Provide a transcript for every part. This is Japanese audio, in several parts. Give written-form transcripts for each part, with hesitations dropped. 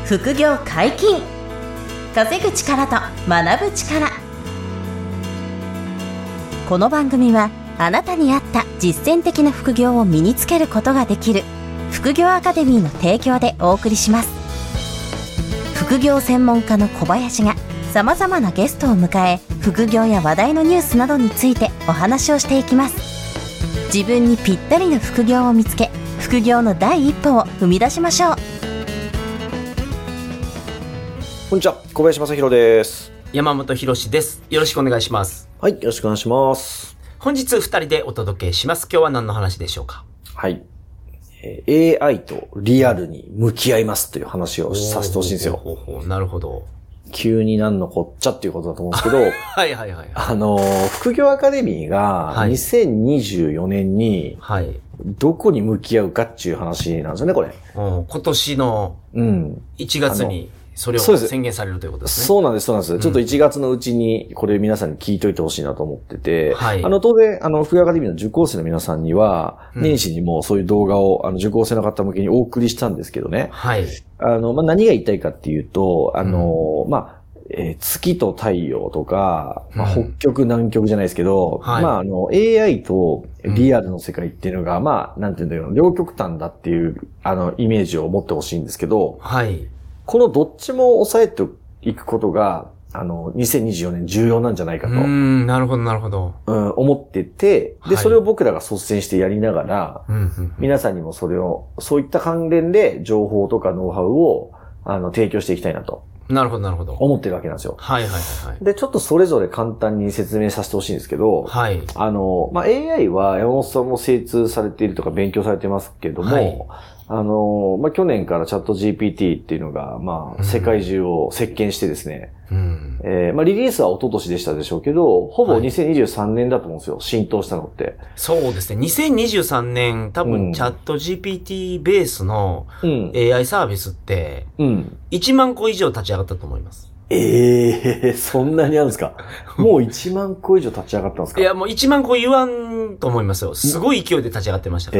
副業解禁。稼ぐ力と学ぶ力。この番組はあなたに合った実践的な副業を身につけることができる副業アカデミーの提供でお送りします。副業専門家の小林がさまざまなゲストを迎え、副業や話題のニュースなどについてお話をしていきます。自分にぴったりの副業を見つけ、副業の第一歩を踏み出しましょう。 こんにちは、小林正弘です。 山本博史です。よろしくお願いします。 はい、よろしくお願いします。 本日2人でお届けします。今日は何の話でしょうか？ はい。AI とリアルに向き合いますという話をさせてほしいんですよ。 なるほど。 急になんのこっちゃっていうことだと思うんですけど、 はいはいはい。 副業アカデミーが2024年にどこに向き合うかっていう話なんですよね、これ。 今年の1月にそれを宣言されるということですね。 そうなんです、そうなんです。ちょっと1月のうちにこれ皆さんに聞いといてほしいなと思ってて、 はい、 当然、副業アカデミーの受講生の皆さんには、年始にもそういう動画を受講生の方向けにお送りしたんですけどね。 はい。 何が言いたいかっていうと、月と太陽とか、北極南極じゃないですけど、はい、AI とリアルの世界っていうのが、なんていうんだろう、両極端だっていう、イメージを持ってほしいんですけど、 はい。 このどっちも抑えていくことが、2024年重要なんじゃないかと。 なるほど、なるほど。 思ってて、で、それを僕らが率先してやりながら、皆さんにもそういった関連で情報とかノウハウを、提供していきたいなと。 なるほど、なるほど。 思ってるわけなんですよ。 はいはいはい。 で、ちょっとそれぞれ簡単に説明させてほしいんですけど、 はい。 AI は山本さんも精通されているとか勉強されてますけども、はい、去年からチャット GPT っていうのが、世界中を席巻してですね、リリースは一昨年でしたでしょうけど、ほぼ2023年だと思うんですよ、浸透したのって。 そうですね、2023年、多分チャット GPT ベースの AI サービスって、1万個以上立ち上がったと思います。 そんなにあるんですか？もう1万個以上立ち上がったんですか？ いや、もう1万個言わんと思いますよ。すごい勢いで立ち上がってましたから。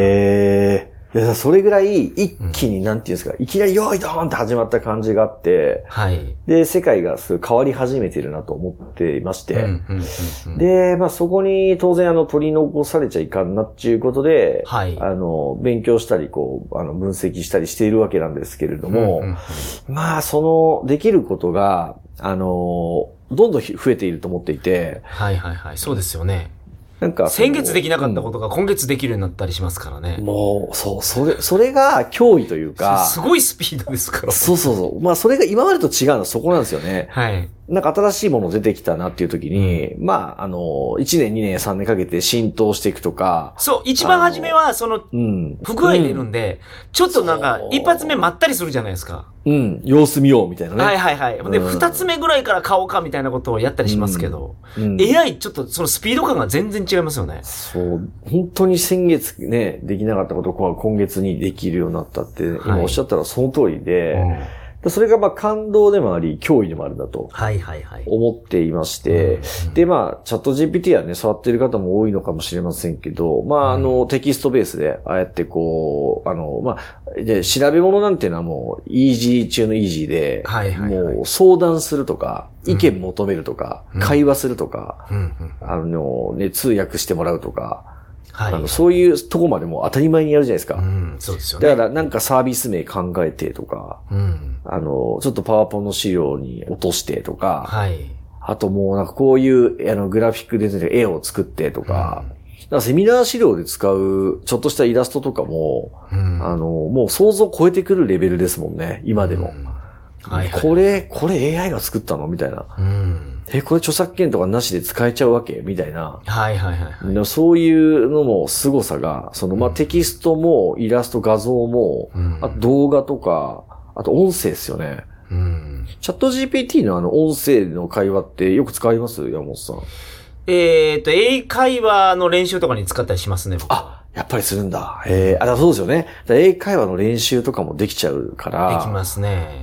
いや、それぐらい一気になんていうんですか、いきなりよーいドーンって始まった感じがあって、 はい。 で、世界がすごい変わり始めてるなと思っていまして、で、そこに当然取り残されちゃいかんなっていうことで、 はい。 勉強したり、分析したりしているわけなんですけれども、できることが、どんどん増えていると思っていて、 はいはいはい、そうですよね。先月できなかったことが今月できるようになったりしますからね。 もう、そう、それが脅威というか。 すごいスピードですから。 そう。それが今までと違うのはそこなんですよね。 はい。 新しいもの出てきたなっていう時に、1年、2年、3年かけて浸透していくとか。 そう、一番初めは、服が入れるんで、ちょっと一発目まったりするじゃないですか。 様子見ようみたいなね。 はいはいはい。で、二つ目ぐらいから買おうかみたいなことをやったりしますけど、AI ちょっとそのスピード感が全然違いますよね。 そう、本当に先月ね、できなかったことが今月にできるようになったって、今おっしゃったらその通りで、それが感動でもあり、脅威でもあるんだと。はいはいはい。思っていまして。で、チャット GPT はね、触っている方も多いのかもしれませんけど、テキストベースで、ああやってで、調べ物なんていうのはもう、イージー中のイージーで、もう相談するとか、意見求めるとか、会話するとか、通訳してもらうとか、そういうとこまでも当たり前にやるじゃないですか。 そうですよね。 だからサービス名考えてとか、ちょっとパワポの資料に落としてとか、あともうこういうグラフィックデザインで絵を作ってとか、セミナー資料で使うちょっとしたイラストとかも、もう想像を超えてくるレベルですもんね、今でも。これ AI が作ったのみたいな。これ著作権とかなしで使えちゃうわけみたいな。そういうのも凄さが、テキストもイラスト画像も、あと動画とか、あと音声ですよね。チャット GPT の音声の会話ってよく使います？山本さん。 英会話の練習とかに使ったりしますね、僕。 やっぱりするんだ。そうですよね。英会話の練習とかもできちゃうから。 できますね。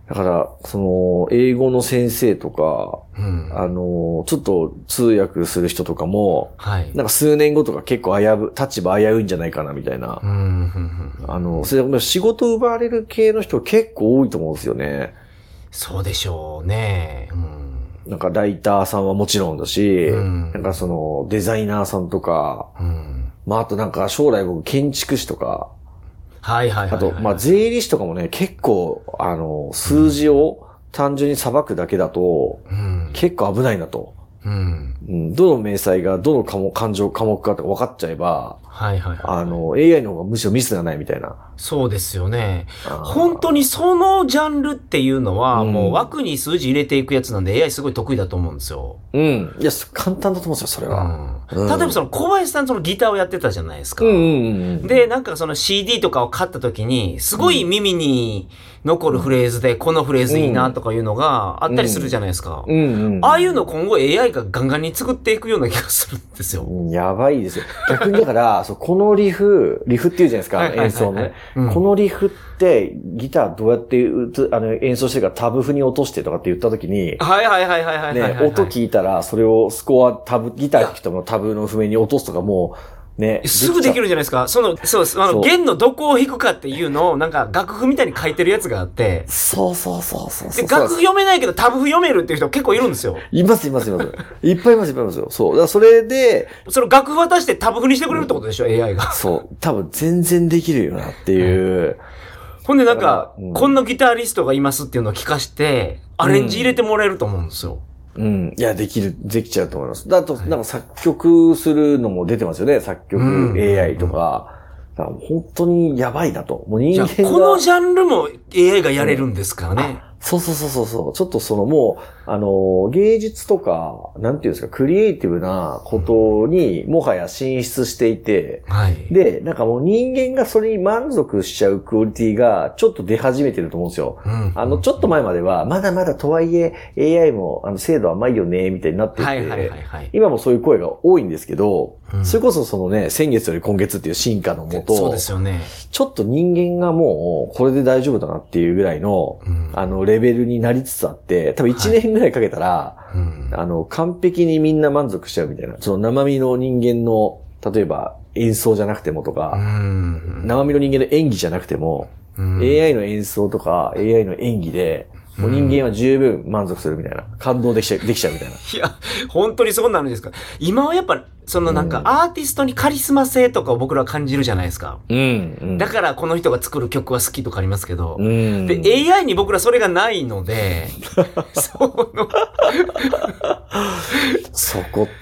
だから、英語の先生とか、ちょっと通訳する人とかも、なんか数年後とか結構立場危ういんじゃないかな、みたいな。それ仕事奪われる系の人結構多いと思うんですよね。 そうでしょうね。 なんかライターさんはもちろんだし、なんかデザイナーさんとか、まああとなんか将来僕建築士とか、あと、まあ税理士とかもね、結構、数字を単純に裁くだけだと、結構危ないなと。どの明細がどの科目かって分かっちゃえば、AI の方がむしろミスがないみたいな。 そうですよね。本当にそのジャンルっていうのは、もう枠に数字入れていくやつなんで AI すごい得意だと思うんですよ。 いや、簡単だと思うんですよ、それは。 例えば小林さんギターをやってたじゃないですか。で、なんかCD とかを買った時に、すごい耳に残るフレーズで、このフレーズいいなとかいうのがあったりするじゃないですか。ああいうの今後 AI がガンガンに作っていくような気がするんですよ。 やばいですよ。逆にだから、このリフって言うじゃないですか、演奏の。このリフってギターどうやって演奏してるかタブ譜に落としてとかって言った時に、音聞いたらそれをギター弾くとのタブの譜面に落とすとかもね。 すぐできるじゃないですか。そうです。弦のどこを弾くかっていうのをなんか楽譜みたいに書いてるやつがあって。 そう。 で、楽譜読めないけどタブ譜読めるっていう人結構いるんですよ。 います。いっぱいいますよ。そう。だからそれで、 それ楽譜渡してタブ譜にしてくれるってことでしょ、AI が。 そう。多分全然できるよなっていう。 ほんでなんか、こんなギタリストがいますっていうのを聞かして、アレンジ入れてもらえると思うんですよ。 いや、できちゃうと思います。だと、なんか作曲するのも出てますよね。作曲 AI とか。本当にやばいなと。もう人間が。 このジャンルも AI がやれるんですからね。 そう。ちょっともう、芸術とか、なんていうんですか、クリエイティブなことにもはや進出していて、で、なんかもう人間がそれに満足しちゃうクオリティがちょっと出始めてると思うんですよ。ちょっと前までは、まだまだとはいえ AI も精度甘いよね、みたいになってて、今もそういう声が多いんですけど、それこそ先月より今月っていう進化のもと、 そうですよね。 ちょっと人間がもうこれで大丈夫だなっていうぐらいの、レベルになりつつあって、多分1年ぐらいかけたら、完璧にみんな満足しちゃうみたいな。生身の人間の、例えば演奏じゃなくてもとか、生身の人間の演技じゃなくても、AI の演奏とか AI の演技で、もう人間は十分満足するみたいな。感動できちゃうみたいな。いや、本当にそうなんですか。今はやっぱ、なんかアーティストにカリスマ性とかを僕らは感じるじゃないですか。だからこの人が作る曲は好きとかありますけど。で、AI に僕らそれがないので、 そこって、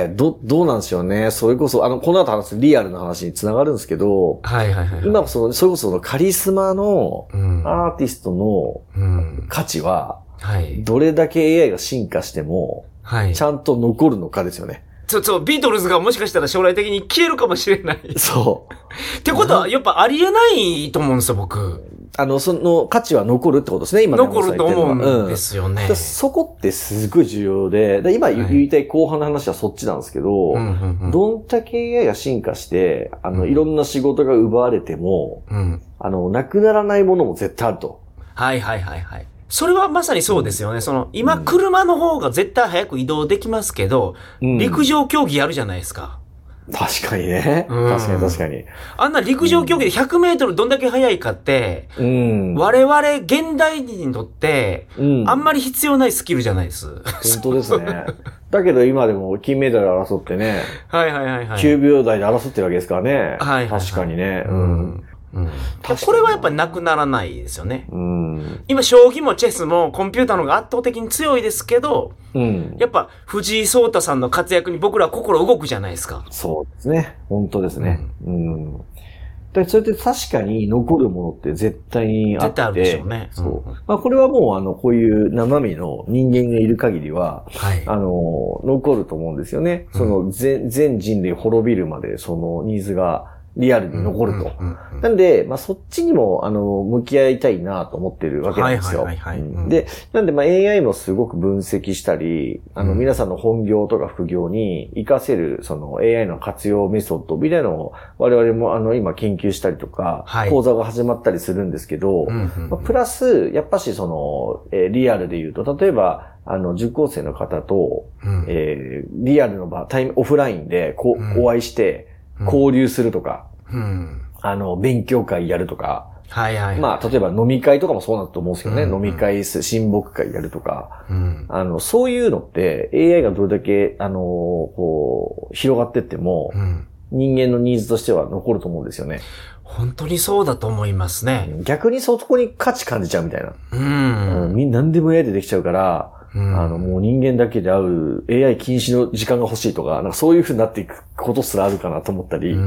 どうなんでしょうね。それこそ、この後話すリアルな話につながるんですけど、今それこそカリスマのアーティストの価値は、どれだけ AI が進化しても、ちゃんと残るのかですよね。 ビートルズがもしかしたら将来的に消えるかもしれない。 そう。 ってことは、やっぱありえないと思うんですよ、僕。 その価値は残るってことですね、今の残ると思うんですよね。 そこってすごい重要で、今言いたい後半の話はそっちなんですけど、どんだけ AI が進化して、いろんな仕事が奪われても、なくならないものも絶対あると。 それはまさにそうですよね。今、車の方が絶対早く移動できますけど、陸上競技やるじゃないですか。 確かにね。確かに。 あんな陸上競技で100メートルどんだけ速いかって、我々現代人にとって、あんまり必要ないスキルじゃないです。 本当ですね。だけど今でも金メダル争ってね。9秒台で争ってるわけですからね。確かにね。 これはやっぱなくならないですよね。今、将棋もチェスもコンピューターの方が圧倒的に強いですけど、やっぱ藤井聡太さんの活躍に僕ら心動くじゃないですか。 そうですね。本当ですね。それって確かに残るものって絶対にあって。絶対あるでしょうね。これはもうこういう生身の人間がいる限りは、残ると思うんですよね。全人類滅びるまでそのニーズがリアルに残ると。なんで、まあ、そっちにも、向き合いたいなと思ってるわけなんですよ。で、なんで、まあ、AI もすごく分析したり、皆さんの本業とか副業に活かせる、その AI の活用メソッドみたいなのを我々も今研究したりとか、講座が始まったりするんですけど、まあ、プラス、やっぱしその、リアルで言うと、例えば、受講生の方と、リアルの場、オフラインでお会いして、交流するとか、勉強会やるとか、まあ、例えば飲み会とかもそうなんだと思うんですけどね、飲み会、親睦会やるとか、そういうのって AI がどれだけ、こう、広がってっても、人間のニーズとしては残ると思うんですよね。 本当にそうだと思いますね。 逆にそこに価値感じちゃうみたいな。何でも AI でできちゃうから、もう人間だけで会う AI 禁止の時間が欲しいとか、なんかそういう風になっていくことすらあるかなと思ったり。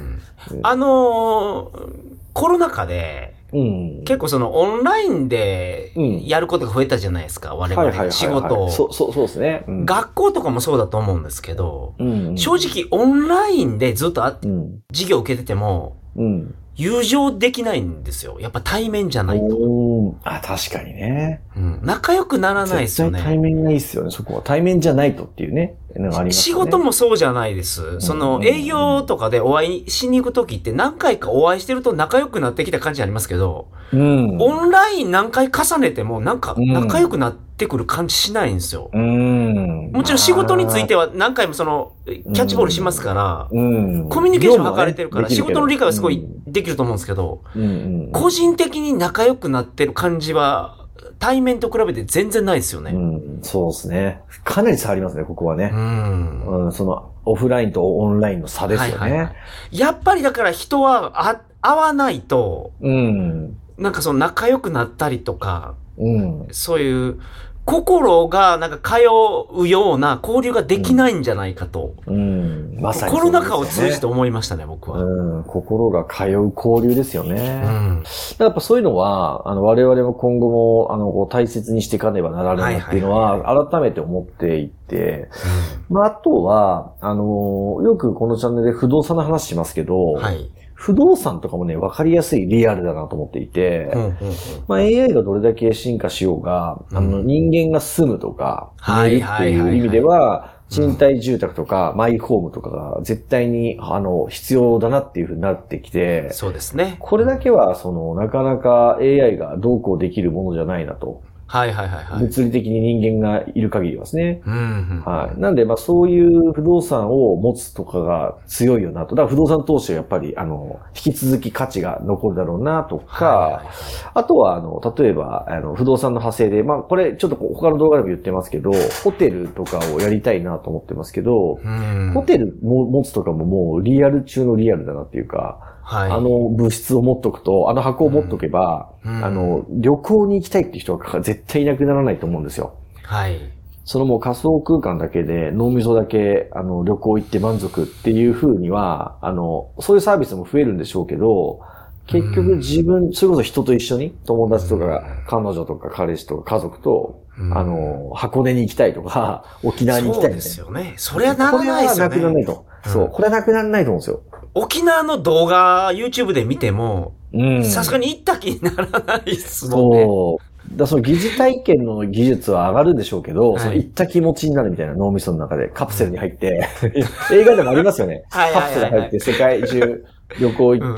コロナ禍で、結構そのオンラインでやることが増えたじゃないですか、我々。仕事を。 そうですね。 学校とかもそうだと思うんですけど、正直オンラインでずっと授業を受けてても、友情できないんですよ。やっぱ対面じゃないと。 確かにね。 仲良くならないですよね。 絶対対面がいいっすよね、そこは。対面じゃないとっていうね。のがありますね。 仕事もそうじゃないです。その営業とかでお会いしに行くときって何回かお会いしてると仲良くなってきた感じありますけど、オンライン何回重ねてもなんか仲良くなってくる感じしないんですよ。もちろん仕事については何回もそのキャッチボールしますから、コミュニケーション図れてるから仕事の理解はすごいできると思うんですけど、個人的に仲良くなってる感じは対面と比べて全然ないですよね。 そうですね。かなり差ありますね、ここはね。そのオフラインとオンラインの差ですよね。 やっぱりだから人は会わないと、なんかその仲良くなったりとか、そういう心がなんか通うような交流ができないんじゃないかと。 まさにコロナ禍を通じて思いましたね、僕は。 心が通う交流ですよね。やっぱそういうのは、我々も今後も、大切にしていかねばならないっていうのは、改めて思っていて、あとは、よくこのチャンネルで不動産の話しますけど、不動産とかもね、わかりやすいリアルだなと思っていて、AI がどれだけ進化しようが、人間が住むとか、寝るっていう意味では、賃貸住宅とか、マイホームとかが絶対に、必要だなっていう風になってきて、 そうですね。 これだけは、なかなか AI がどうこうできるものじゃないなと。物理的に人間がいる限りはですね。なんで、そういう不動産を持つとかが強いよなと。だから不動産投資はやっぱり、引き続き価値が残るだろうなとか、あとは、例えば、不動産の派生で、これちょっと他の動画でも言ってますけど、ホテルとかをやりたいなと思ってますけど、ホテルも持つとかももうリアル中のリアルだなっていうか、物質を持っとくと、箱を持っとけば、旅行に行きたいっていう人が絶対いなくならないと思うんですよ。そのもう仮想空間だけで、脳みそだけ、旅行行って満足っていう風には、そういうサービスも増えるんでしょうけど、結局自分、それこそ人と一緒に、友達とか、彼女とか彼氏とか家族と、箱根に行きたいとか、沖縄に行きたいみたいな。そうですよね。それはならないですよね。 これはなくならないと。そう。これはなくならないと思うんですよ。 沖縄の動画、YouTube で見ても、さすがに行った気にならないっすもんね。 そう。その疑似体験の技術は上がるんでしょうけど、その行った気持ちになるみたいな脳みその中でカプセルに入って、映画でもありますよね。カプセル入って世界中旅行行って、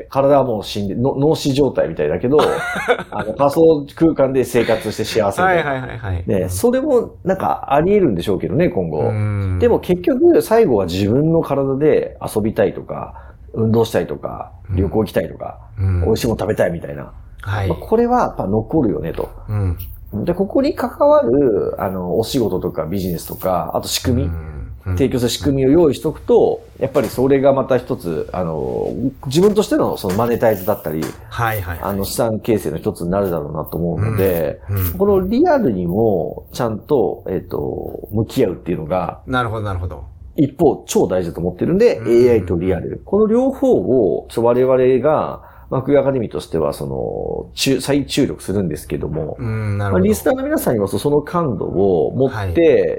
体はもう死んで、脳死状態みたいだけど、仮想空間で生活して幸せみたいな。で、それもなんかあり得るんでしょうけどね、今後。でも結局最後は自分の体で遊びたいとか、運動したいとか、旅行行きたいとか、美味しいもの食べたいみたいな。これはやっぱ残るよねと。で、ここに関わる、お仕事とかビジネスとか、あと仕組み、提供する仕組みを用意しとくと、やっぱりそれがまた一つ、自分としてのそのマネタイズだったり、資産形成の一つになるだろうなと思うので、このリアルにもちゃんと、向き合うっていうのが、 なるほど、なるほど。 一方、超大事だと思ってるんで、AI とリアル。この両方を、我々が、 副業アカデミーとしては、再注力するんですけども、 なるほど。 リスナーの皆さんにもその感度を持って、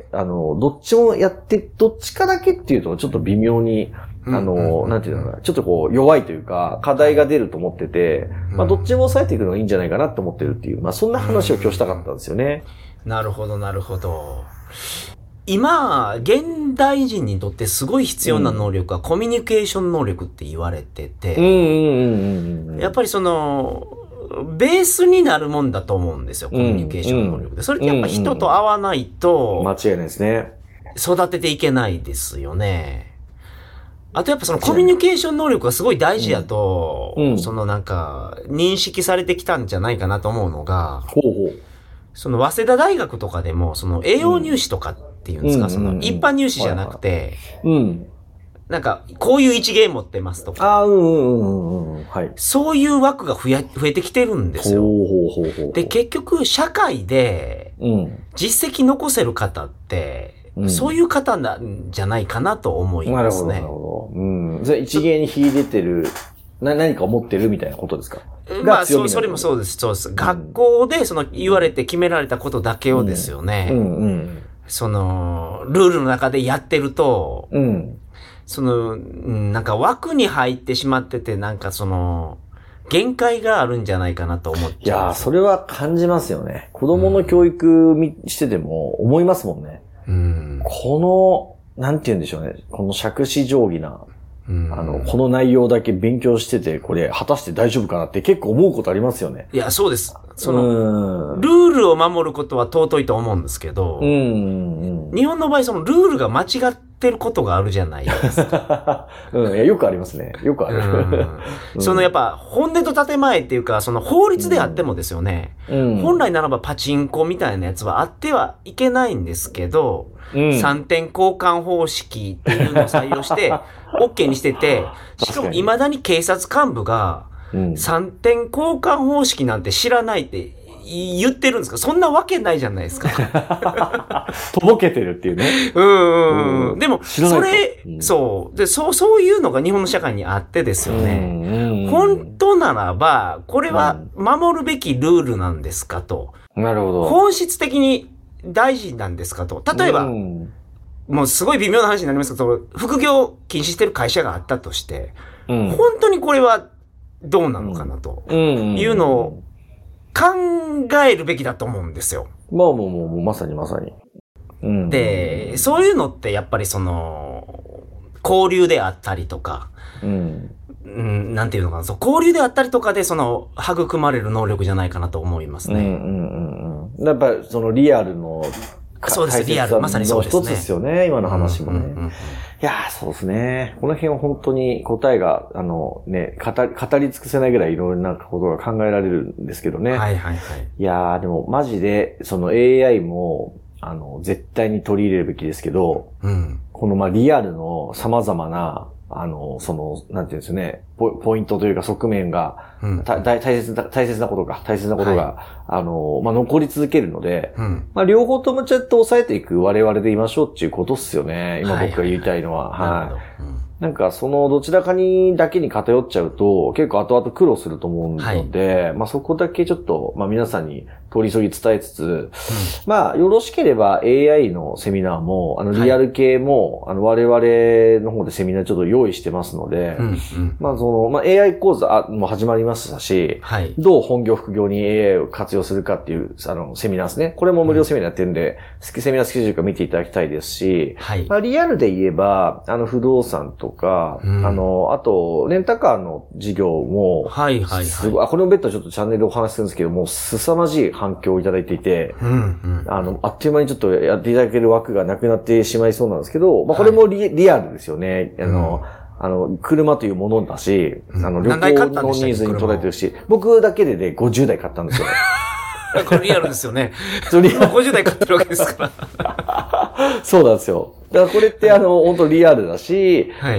どっちもやって、どっちかだけっていうとちょっと微妙に、なんていうのかな、ちょっとこう弱いというか、課題が出ると思ってて、どっちも抑えていくのがいいんじゃないかなと思ってるっていう、そんな話を今日したかったんですよね。 なるほど、なるほど。今、現代人にとってすごい必要な能力はコミュニケーション能力って言われてて、やっぱりベースになるもんだと思うんですよ、コミュニケーション能力で。それってやっぱ人と会わないと、 間違いないですね。 育てていけないですよね。あとやっぱコミュニケーション能力がすごい大事だと、認識されてきたんじゃないかなと思うのが、早稲田大学とかでも、栄養入試とかっていうんですか、一般入試じゃなくて、こういう一芸持ってますとか、そういう枠が増えてきてるんですよ。で、結局、社会で、実績残せる方って、そういう方なんじゃないかなと思いますね。なるほど。じゃあ一芸に秀でてる、何か思ってるみたいなことですか？ それもそうです、そうです。学校で言われて決められたことだけをですよね。ルールの中でやってると、枠に入ってしまってて、限界があるんじゃないかなと思っちゃう。 いやー、それは感じますよね。子供の教育してても思いますもんね。なんて言うんでしょうね。この杓子定規な、この内容だけ勉強してて、これ果たして大丈夫かなって結構思うことありますよね。 いや、そうです。ルールを守ることは尊いと思うんですけど、日本の場合ルールが間違ってることがあるじゃないですか。 いや、よくありますね。よくある。 やっぱ、本音と建前っていうか、法律であってもですよね。本来ならばパチンコみたいなやつはあってはいけないんですけど、3点交換方式っていうのを採用して、OK にしてて、しかも未だに警察幹部が、3点交換方式なんて知らないって言ってるんですか？そんなわけないじゃないですか。 とぼけてるっていうね。 でも、そういうのが日本の社会にあってですよね。本当ならば、これは守るべきルールなんですかと。 なるほど。 本質的に大事なんですかと。例えば、もうすごい微妙な話になりますけど、副業禁止してる会社があったとして、本当にこれはどうなのかなというのを考えるべきだと思うんですよ。 もうまさに。 で、そういうのってやっぱり交流であったりとか、なんていうのかな、交流であったりとかで育まれる能力じゃないかなと思思いますね。 やっぱりリアルのそうです、リアル。まさにそうですね。 一つですよね、今の話もね。いやー、そうですね。この辺は本当に答えが、語り尽くせないぐらいいろいろなことが考えられるんですけどね。いやー、でもマジで、AI も、絶対に取り入れるべきですけど、このリアルの様々な、なんていうんですね、ポイントというか側面が、大切なことが、残り続けるので、両方ともちょっと抑えていく我々でいましょうっていうことっすよね。今僕が言いたいのは。どちらかにだけに偏っちゃうと、結構後々苦労すると思うので、そこだけちょっと、皆さんに通り急ぎ伝えつつ、よろしければ AI のセミナーも、リアル系も、我々の方でセミナーちょっと用意してますので、AI 講座も始まりましたし、どう本業副業に AI を活用するかっていう、セミナーですね。これも無料セミナーやってるんで、セミナースケジュールから見ていただきたいですし、リアルで言えば、不動産とか、あと、レンタカーの事業も、すごい、これも別途ちょっとチャンネルでお話しするんですけども、凄まじい反響をいただいていて、あっという間にちょっとやっていただける枠がなくなってしまいそうなんですけど、これもリアルですよね。車というものだし、旅行のニーズに捉えてるし、僕だけでね、50台買ったんですよ。 これリアルですよね。今50台買ってるわけですから。 そうなんですよ。 だからこれって本当リアルだし、はい、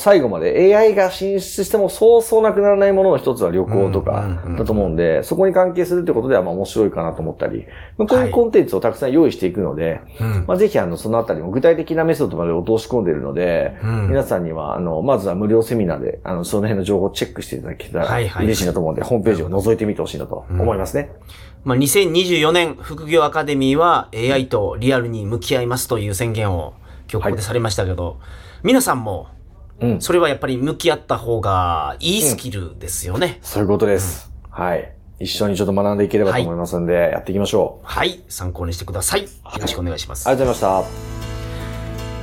最後まで AI が進出してもそうそうなくならないものの一つは旅行とかだと思うんで、そこに関係するってことでは面白いかなと思ったり、こういうコンテンツをたくさん用意していくので、はい、ぜひそのあたりも具体的なメソッドまで落とし込んでいるので、皆さんにはまずは無料セミナーでその辺の情報をチェックしていただけたら嬉しいなと思うので、ホームページを覗いてみてほしいなと思いますね。 2024年副業アカデミーは AI とリアルに向き合いますという宣言を今日ここでされましたけど、皆さんもそれはやっぱり向き合った方がいいスキルですよね。 そういうことです。はい。一緒にちょっと学んでいければと思いますので、やっていきましょう。 はい。参考にしてください。よろしくお願いします。 ありがとうございました。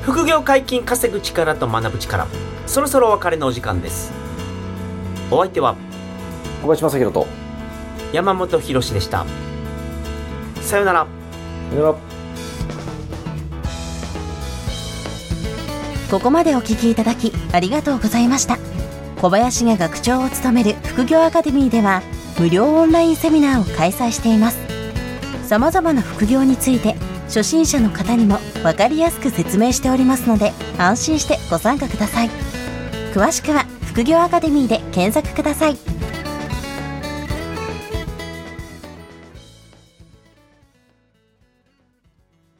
副業解禁、稼ぐ力と学ぶ力。そろそろお別れのお時間です。お相手は小林正弘と山本博史でした。さよなら。 さよなら。 ここまでお聞きいただきありがとうございました。小林が学長を務める副業アカデミーでは無料オンラインセミナーを開催しています。様々な副業について初心者の方にも分かりやすく説明しておりますので、安心してご参加ください。詳しくは副業アカデミーで検索ください。